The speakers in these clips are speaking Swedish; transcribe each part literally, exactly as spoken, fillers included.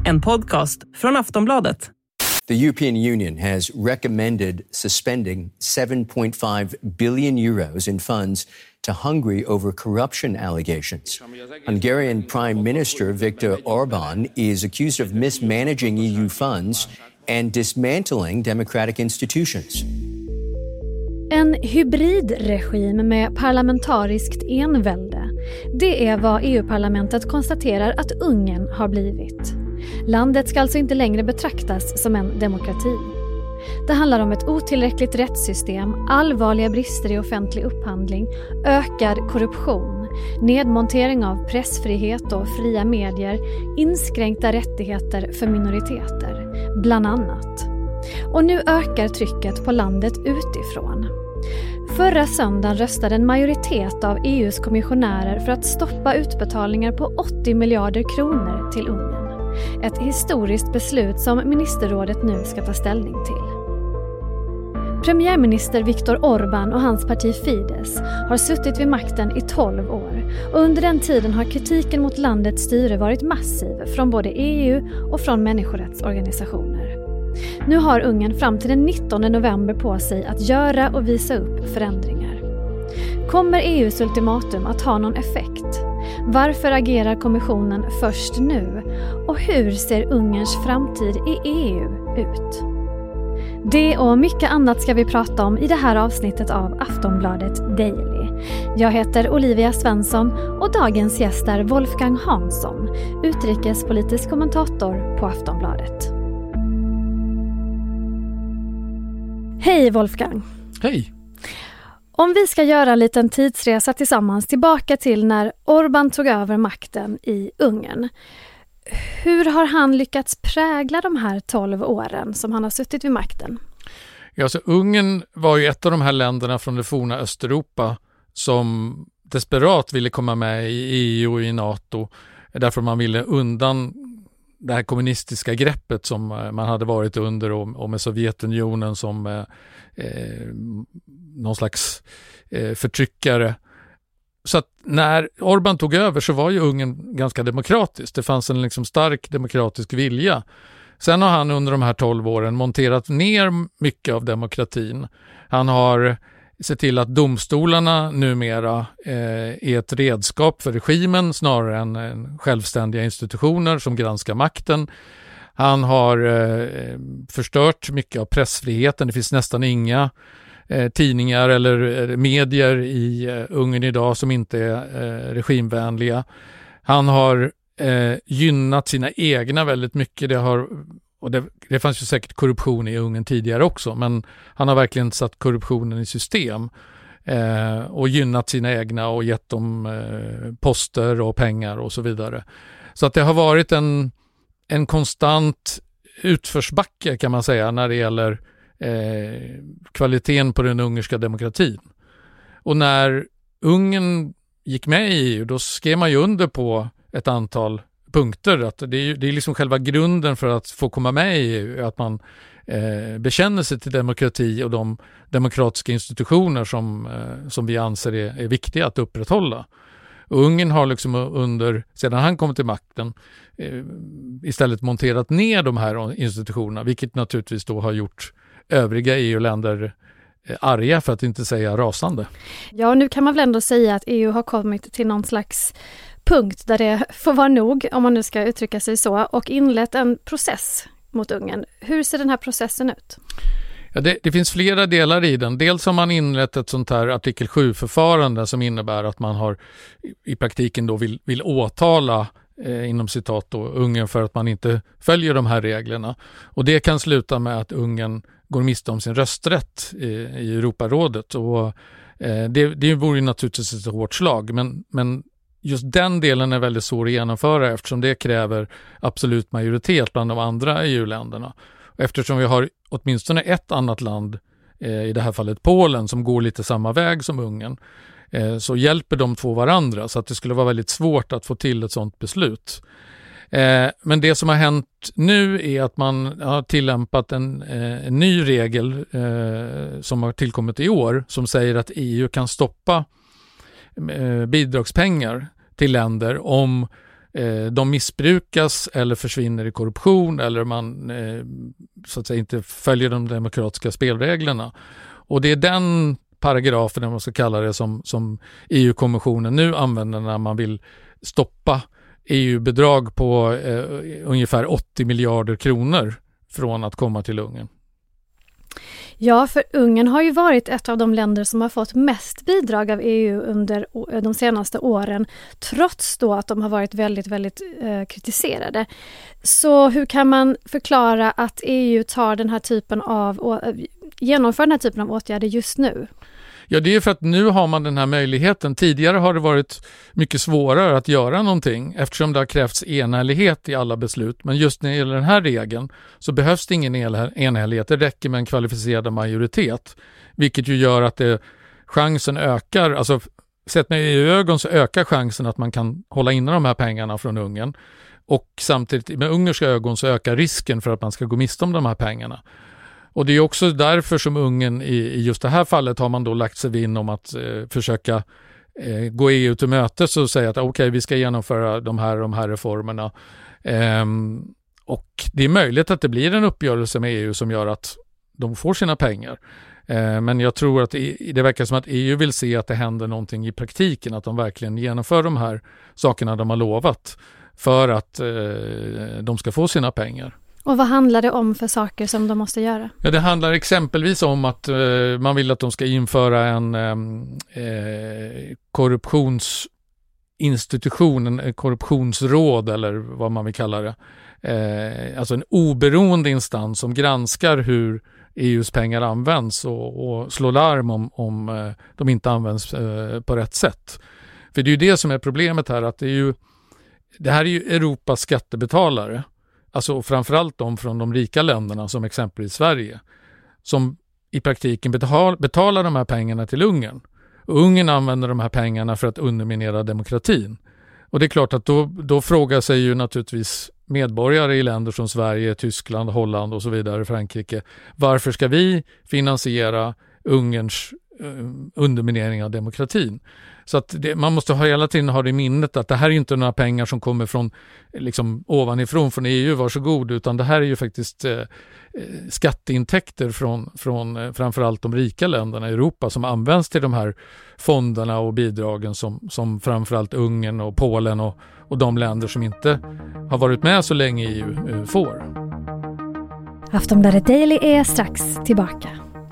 En podcast från Aftonbladet. The European Union has recommended suspending seven point five billion euros in funds to Hungary over corruption allegations. Hungarian Prime Minister Viktor Orbán is accused of mismanaging E U funds and dismantling democratic institutions. En hybridregim med parlamentariskt envälde. Det är vad E U-parlamentet konstaterar att Ungern har blivit. Landet ska alltså inte längre betraktas som en demokrati. Det handlar om ett otillräckligt rättssystem, allvarliga brister i offentlig upphandling, ökad korruption, nedmontering av pressfrihet och fria medier, inskränkta rättigheter för minoriteter, bland annat. Och nu ökar trycket på landet utifrån. Förra söndagen röstade en majoritet av E U:s kommissionärer för att stoppa utbetalningar på åttio miljarder kronor till Ungern. Ett historiskt beslut som ministerrådet nu ska ta ställning till. Premiärminister Viktor Orbán och hans parti Fidesz har suttit vid makten i tolv år och under den tiden har kritiken mot landets styre varit massiv från både E U och från människorättsorganisationer. Nu har Ungern fram till den nittonde november på sig att göra och visa upp förändringar. Kommer E U:s ultimatum att ha någon effekt? Varför agerar kommissionen först nu? Och hur ser Ungerns framtid i E U ut? Det och mycket annat ska vi prata om i det här avsnittet av Aftonbladet Daily. Jag heter Olivia Svensson och dagens gäst är Wolfgang Hansson, utrikespolitisk kommentator på Aftonbladet. Hej Wolfgang! Hej! Om vi ska göra en liten tidsresa tillsammans tillbaka till när Orbán tog över makten i Ungern. Hur har han lyckats prägla de här tolv åren som han har suttit vid makten? Ja, alltså, Ungern var ju ett av de här länderna från det forna Östeuropa som desperat ville komma med i E U och i NATO därför man ville undan det här kommunistiska greppet som man hade varit under och med Sovjetunionen som eh, någon slags eh, förtryckare. Så att när Orbán tog över så var ju Ungern ganska demokratiskt. Det fanns en liksom stark demokratisk vilja. Sen har han under de här tolv åren monterat ner mycket av demokratin. Han har sett till att domstolarna numera eh, är ett redskap för regimen snarare än, än självständiga institutioner som granskar makten. Han har eh, förstört mycket av pressfriheten. Det finns nästan inga eh, tidningar eller eh, medier i eh, Ungern idag som inte är eh, regimvänliga. Han har eh, gynnat sina egna väldigt mycket. Det har Och det, det fanns ju säkert korruption i Ungern tidigare också, men han har verkligen satt korruptionen i system eh, och gynnat sina egna och gett dem eh, poster och pengar och så vidare. Så att det har varit en, en konstant utförsbacke kan man säga när det gäller eh, kvaliteten på den ungerska demokratin. Och när Ungern gick med i E U då skrev man ju under på ett antal punkter, att det är, det är liksom själva grunden för att få komma med i E U, att man eh, bekänner sig till demokrati och de demokratiska institutioner som, eh, som vi anser är, är viktiga att upprätthålla. Och Ungern har liksom under, sedan han kom till makten eh, istället monterat ner de här institutionerna, vilket naturligtvis då har gjort övriga E U-länder eh, arga, för att inte säga rasande. Ja, nu kan man väl ändå säga att E U har kommit till någon slags punkt där det får vara nog, om man nu ska uttrycka sig så, och inlett en process mot Ungern. Hur ser den här processen ut? Ja, det, det finns flera delar i den. Dels har man inlett ett sånt här artikel sju-förfarande som innebär att man har i praktiken då vill, vill åtala eh, inom citat då, Ungern för att man inte följer de här reglerna. Och det kan sluta med att Ungern går miste om sin rösträtt i, i Europarådet. Och, eh, det, det vore ju naturligtvis ett hårt slag, men, men just den delen är väldigt svår att genomföra eftersom det kräver absolut majoritet bland de andra E U-länderna. Eftersom vi har åtminstone ett annat land, eh, i det här fallet Polen, som går lite samma väg som Ungern, eh, så hjälper de två varandra, så att det skulle vara väldigt svårt att få till ett sådant beslut. Eh, men det som har hänt nu är att man har tillämpat en, eh, en ny regel eh, som har tillkommit i år som säger att E U kan stoppa eh, bidragspengar till länder om eh, de missbrukas eller försvinner i korruption eller man eh, så att säga inte följer de demokratiska spelreglerna. Och det är den paragrafen, om man ska kalla det, som, som E U-kommissionen nu använder när man vill stoppa E U-bidrag på eh, ungefär åttio miljarder kronor från att komma till Ungern. Ja, för Ungern har ju varit ett av de länder som har fått mest bidrag av E U under de senaste åren, trots då att de har varit väldigt, väldigt eh, kritiserade. Så hur kan man förklara att E U tar den här typen av, å, genomför den här typen av åtgärder just nu? Ja, det är för att nu har man den här möjligheten. Tidigare har det varit mycket svårare att göra någonting eftersom det har krävts enhällighet i alla beslut. Men just när det gäller den här regeln så behövs det ingen enhällighet. Det räcker med en kvalificerad majoritet. Vilket ju gör att det, chansen ökar, alltså sett med E U-ögon så ökar chansen att man kan hålla inne de här pengarna från Ungern. Och samtidigt med ungerska ögon så ökar risken för att man ska gå miste om de här pengarna. Och det är också därför som Ungern i, i just det här fallet har man då lagt sig vinn om att eh, försöka eh, gå E U till mötes och säga att okej, okay, vi ska genomföra de här, de här reformerna. Ehm, och det är möjligt att det blir en uppgörelse med E U som gör att de får sina pengar. Ehm, men jag tror att det, det verkar som att E U vill se att det händer någonting i praktiken, att de verkligen genomför de här sakerna de har lovat för att eh, de ska få sina pengar. Och vad handlar det om för saker som de måste göra? Ja, det handlar exempelvis om att eh, man vill att de ska införa en eh, korruptionsinstitution, en korruptionsråd eller vad man vill kalla det. Eh, alltså en oberoende instans som granskar hur E U:s pengar används och, och slår larm om, om eh, de inte används eh, på rätt sätt. För det är ju det som är problemet här, att det är ju, det här är ju Europas skattebetalare. Alltså framförallt de från de rika länderna som exempelvis Sverige som i praktiken betal, betalar de här pengarna till Ungern. Och Ungern använder de här pengarna för att underminera demokratin. Och det är klart att då, då frågar sig ju naturligtvis medborgare i länder som Sverige, Tyskland, Holland och så vidare, Frankrike. Varför ska vi finansiera Ungerns eh, underminering av demokratin? Så att det, man måste ha hela tiden ha det i minnet att det här är inte några pengar som kommer från liksom ovanifrån från E U, varsågod, utan det här är ju faktiskt eh, skatteintäkter från, från eh, framförallt de rika länderna i Europa som används till de här fonderna och bidragen som, som framförallt Ungern och Polen och, och de länder som inte har varit med så länge i E U eh, får. Aftonbladet Daily är strax tillbaka.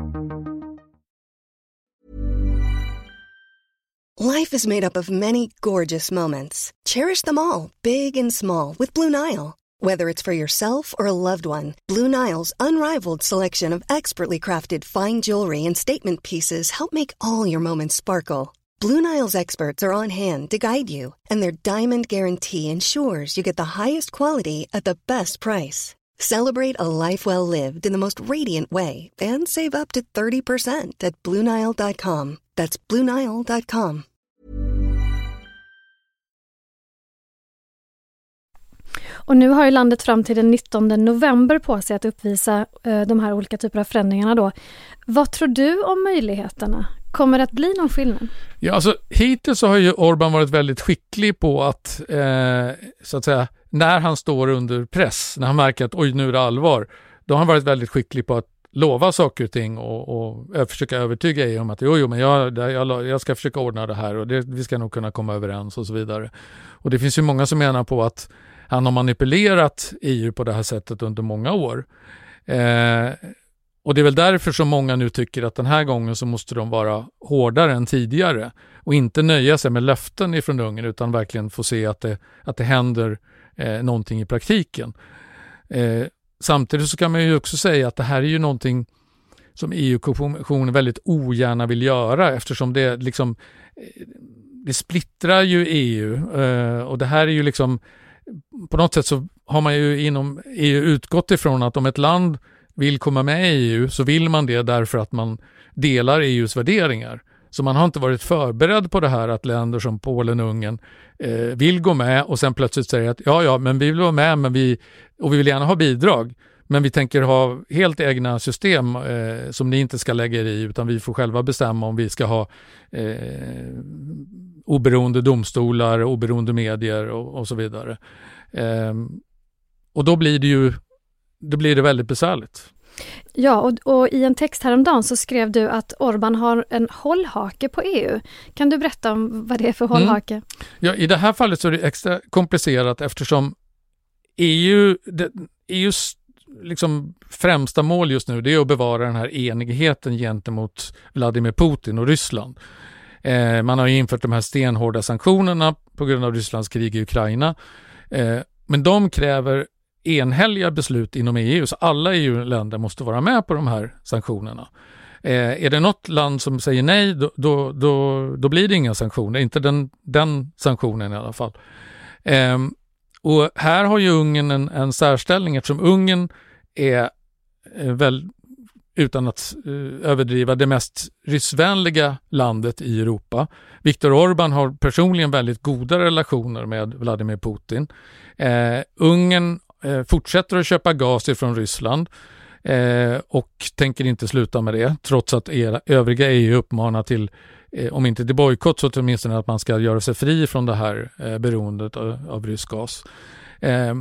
Life is made up of many gorgeous moments. Cherish them all, big and small, with Blue Nile. Whether it's for yourself or a loved one, Blue Nile's unrivaled selection of expertly crafted fine jewelry and statement pieces help make all your moments sparkle. Blue Nile's experts are on hand to guide you, and their diamond guarantee ensures you get the highest quality at the best price. Celebrate a life well lived in the most radiant way and save up to thirty percent at Blue Nile dot com. That's Blue Nile dot com. Och nu har ju landet fram till den nittonde november på sig att uppvisa eh, de här olika typer av förändringarna då. Vad tror du om möjligheterna? Kommer det att bli någon skillnad? Ja, alltså hittills så har ju Orbán varit väldigt skicklig på att, eh, så att säga, när han står under press, när han märker att oj, nu är det allvar, då har han varit väldigt skicklig på att lova saker och ting och, och försöka övertyga er om att jo, jo men jag, jag, jag ska försöka ordna det här och det, vi ska nog kunna komma överens och så vidare. Och det finns ju många som menar på att han har manipulerat E U på det här sättet under många år. Eh, och det är väl därför som många nu tycker att den här gången så måste de vara hårdare än tidigare och inte nöja sig med löften ifrån Ungern utan verkligen få se att det, att det händer eh, någonting i praktiken. Eh, samtidigt så kan man ju också säga att det här är ju någonting som E U-kommissionen väldigt ogärna vill göra eftersom det liksom det splittrar ju E U eh, och det här är ju liksom på något sätt så har man ju inom E U utgått ifrån att om ett land vill komma med i E U så vill man det därför att man delar E U:s värderingar. Så man har inte varit förberedd på det här att länder som Polen och Ungern eh, vill gå med och sen plötsligt säger att ja, ja, men vi vill vara med men vi, och vi vill gärna ha bidrag. Men vi tänker ha helt egna system eh, som ni inte ska lägga er i, utan vi får själva bestämma om vi ska ha eh, oberoende domstolar, oberoende medier och, och så vidare. Eh, och då blir det ju då blir det väldigt besvärligt. Ja, och, och i en text häromdagen så skrev du att Orbán har en hållhake på E U. Kan du berätta om vad det är för hållhake? Mm. Ja, i det här fallet så är det extra komplicerat eftersom E U, det, E U:s liksom främsta mål just nu det är att bevara den här enigheten gentemot Vladimir Putin och Ryssland. Eh, man har ju infört de här stenhårda sanktionerna på grund av Rysslands krig i Ukraina. Eh, men de kräver enhälliga beslut inom E U, så alla E U-länder måste vara med på de här sanktionerna. Eh, är det något land som säger nej, då, då, då, då blir det inga sanktioner. Inte den, den sanktionen i alla fall. Eh, och här har ju Ungern en, en särställning eftersom Ungern är eh, väl, utan att eh, överdriva, det mest ryssvänliga landet i Europa. Viktor Orbán har personligen väldigt goda relationer med Vladimir Putin. Eh, Ungern eh, fortsätter att köpa gas från Ryssland eh, och tänker inte sluta med det, trots att era, övriga E U uppmanar till, eh, om inte till bojkott så åtminstone att man ska göra sig fri från det här eh, beroendet av, av rysk gas. Eh,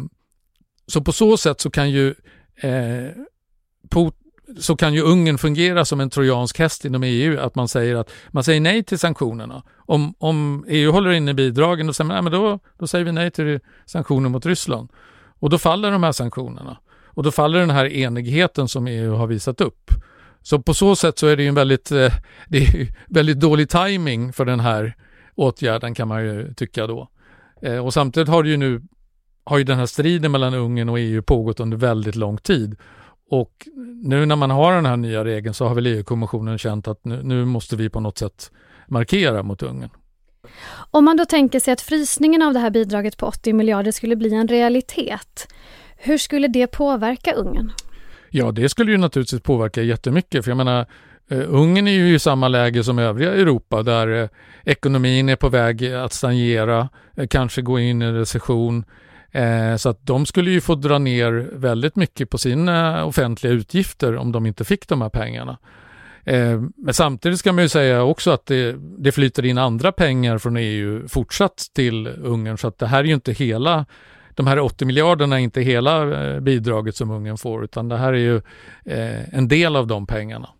så på så sätt så kan ju eh, Putin så kan ju Ungern fungera som en trojansk häst inom E U, att man säger att man säger nej till sanktionerna. Om, om E U håller inne bidragen då säger man, nej, men då, då säger vi nej till sanktioner mot Ryssland. Och då faller de här sanktionerna. Och då faller den här enigheten som E U har visat upp. Så på så sätt så är det ju en väldigt, eh, det är väldigt dålig timing för den här åtgärden kan man ju tycka då. Eh, och samtidigt har det ju nu har ju den här striden mellan Ungern och E U pågått under väldigt lång tid. Och nu när man har den här nya regeln så har väl E U-kommissionen känt att nu, nu måste vi på något sätt markera mot Ungern. Om man då tänker sig att frysningen av det här bidraget på åttio miljarder skulle bli en realitet, hur skulle det påverka Ungern? Ja, det skulle ju naturligtvis påverka jättemycket. För jag menar, eh, Ungern är ju i samma läge som övriga Europa där eh, ekonomin är på väg att stagnera, eh, kanske gå in i en recession. Eh, så att de skulle ju få dra ner väldigt mycket på sina offentliga utgifter om de inte fick de här pengarna. Eh, men samtidigt ska man ju säga också att det, det flyter in andra pengar från E U fortsatt till Ungern, så att det här är ju inte hela, de här åttio miljarderna är inte hela eh, bidraget som Ungern får, utan det här är ju eh, en del av de pengarna.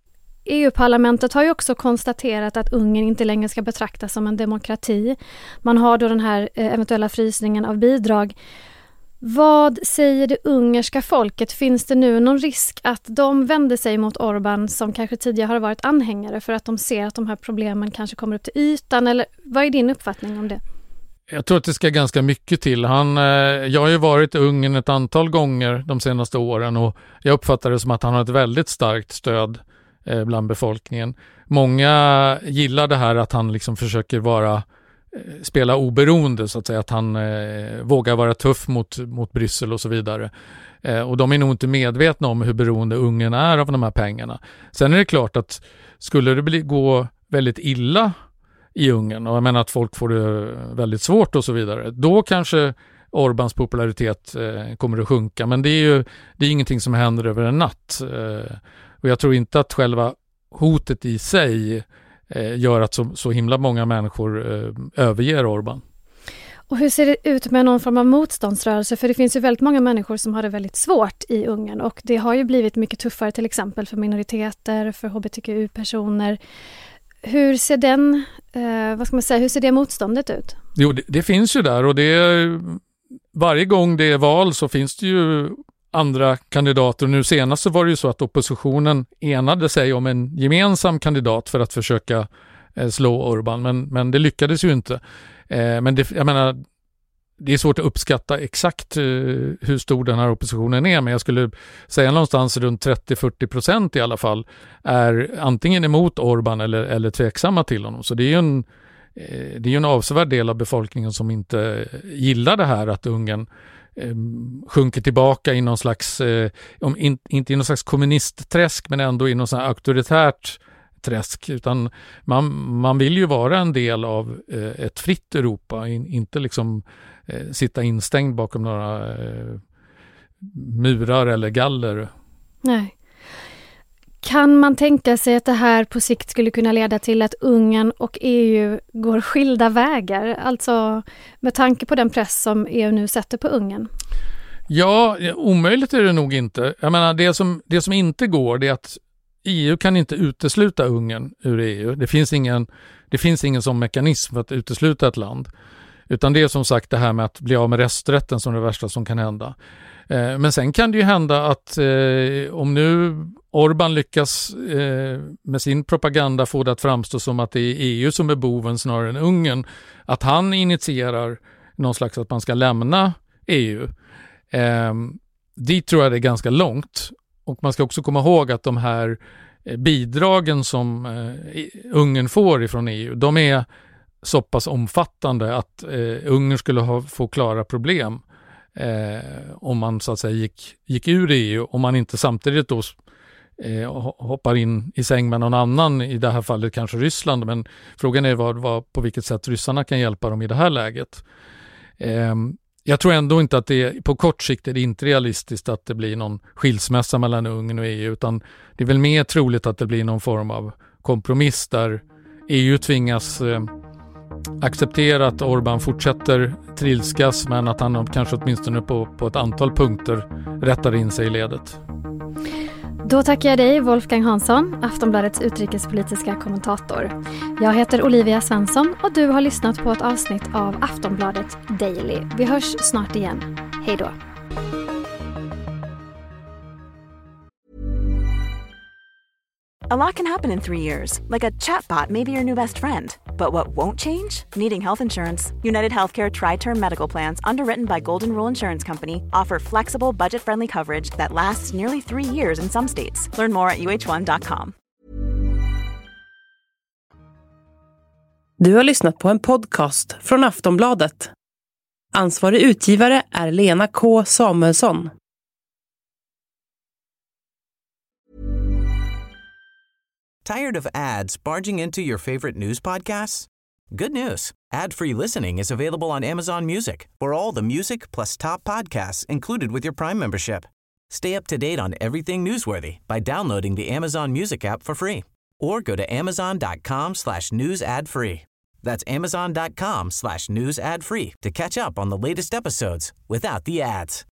E U-parlamentet har ju också konstaterat att Ungern inte längre ska betraktas som en demokrati. Man har då den här eventuella frysningen av bidrag. Vad säger det ungerska folket? Finns det nu någon risk att de vänder sig mot Orbán som kanske tidigare har varit anhängare för att de ser att de här problemen kanske kommer upp till ytan? Eller vad är din uppfattning om det? Jag tror att det ska ganska mycket till. Han, jag har ju varit i Ungern ett antal gånger de senaste åren och jag uppfattar det som att han har ett väldigt starkt stöd bland befolkningen. Många gillar det här att han liksom försöker vara spela oberoende, så att säga, att han eh, vågar vara tuff mot, mot Bryssel och så vidare. Eh, och de är nog inte medvetna om hur beroende Ungern är av de här pengarna. Sen är det klart att skulle det bli, gå väldigt illa i Ungern, och jag menar att folk får det väldigt svårt och så vidare, då kanske Orbáns popularitet eh, kommer att sjunka. Men det är ju det är ingenting som händer över en natt. Eh, och jag tror inte att själva hotet i sig eh, gör att så, så himla många människor eh, överger Orbán. Och hur ser det ut med någon form av motståndsrörelse? För det finns ju väldigt många människor som har det väldigt svårt i Ungern. Och det har ju blivit mycket tuffare till exempel för minoriteter, för H B T Q U-personer. Hur ser den, eh, vad ska man säga, hur ser det motståndet ut? Jo, det, det finns ju där, och det är, varje gång det är val så finns det ju andra kandidater. Och nu senast så var det ju så att oppositionen enade sig om en gemensam kandidat för att försöka eh, slå Orbán, men, men det lyckades ju inte. Eh, men det, jag menar, det är svårt att uppskatta exakt eh, hur stor den här oppositionen är, men jag skulle säga någonstans runt trettio till fyrtio procent i alla fall är antingen emot Orbán eller, eller tveksamma till honom. Så det är ju en, eh, det är ju en avsevärd del av befolkningen som inte gillar det här att Ungern eh, sjunker tillbaka i någon slags, eh, om in, inte i någon slags kommunistträsk, men ändå i någon sån här auktoritärt träsk, utan man, man vill ju vara en del av eh, ett fritt Europa, in, inte liksom eh, sitta instängd bakom några eh, murar eller galler. Nej. Kan man tänka sig att det här på sikt skulle kunna leda till att Ungern och E U går skilda vägar? Alltså med tanke på den press som E U nu sätter på Ungern. Ja, omöjligt är det nog inte. Jag menar, det som, det som inte går, det är att E U kan inte utesluta Ungern ur E U. Det finns ingen, det finns ingen sån mekanism för att utesluta ett land. Utan det är som sagt det här med att bli av med rösträtten som det värsta som kan hända. Eh, men sen kan det ju hända att eh, om nu Orbán lyckas eh, med sin propaganda få det att framstå som att det är E U som är boven snarare än Ungern, att han initierar någon slags att man ska lämna E U. Eh, dit tror jag det är ganska långt. Och man ska också komma ihåg att de här bidragen som eh, Ungern får ifrån E U, de är så pass omfattande att eh, Ungern skulle ha, få klara problem eh, om man så att säga gick, gick ur E U, om man inte samtidigt då eh, hoppar in i säng med någon annan, i det här fallet kanske Ryssland, men frågan är vad, vad, på vilket sätt ryssarna kan hjälpa dem i det här läget. Eh, jag tror ändå inte att det på kort sikt är det inte realistiskt att det blir någon skilsmässa mellan Ungern och E U, utan det är väl mer troligt att det blir någon form av kompromiss där E U tvingas eh, acceptera att Orbán fortsätter trilskas, men att han kanske åtminstone på, på ett antal punkter rättar in sig i ledet. Då tackar jag dig, Wolfgang Hansson, Aftonbladets utrikespolitiska kommentator. Jag heter Olivia Svensson och du har lyssnat på ett avsnitt av Aftonbladet Daily. Vi hörs snart igen. Hej då! A lot can happen in three years, like a chatbot may be your new best friend. But what won't change? Needing health insurance. United Healthcare Tri-Term Medical Plans, underwritten by Golden Rule Insurance Company, offer flexible, budget-friendly coverage that lasts nearly three years in some states. Learn more at U H one dot com. Du har lyssnat på en podcast från Aftonbladet. Ansvarig utgivare är Lena K. Samuelsson. Tired of ads barging into your favorite news podcasts? Good news. Ad-free listening is available on Amazon Music for all the music plus top podcasts included with your Prime membership. Stay up to date on everything newsworthy by downloading the Amazon Music app for free or go to amazon.com slash news ad free. That's amazon.com slash news ad free to catch up on the latest episodes without the ads.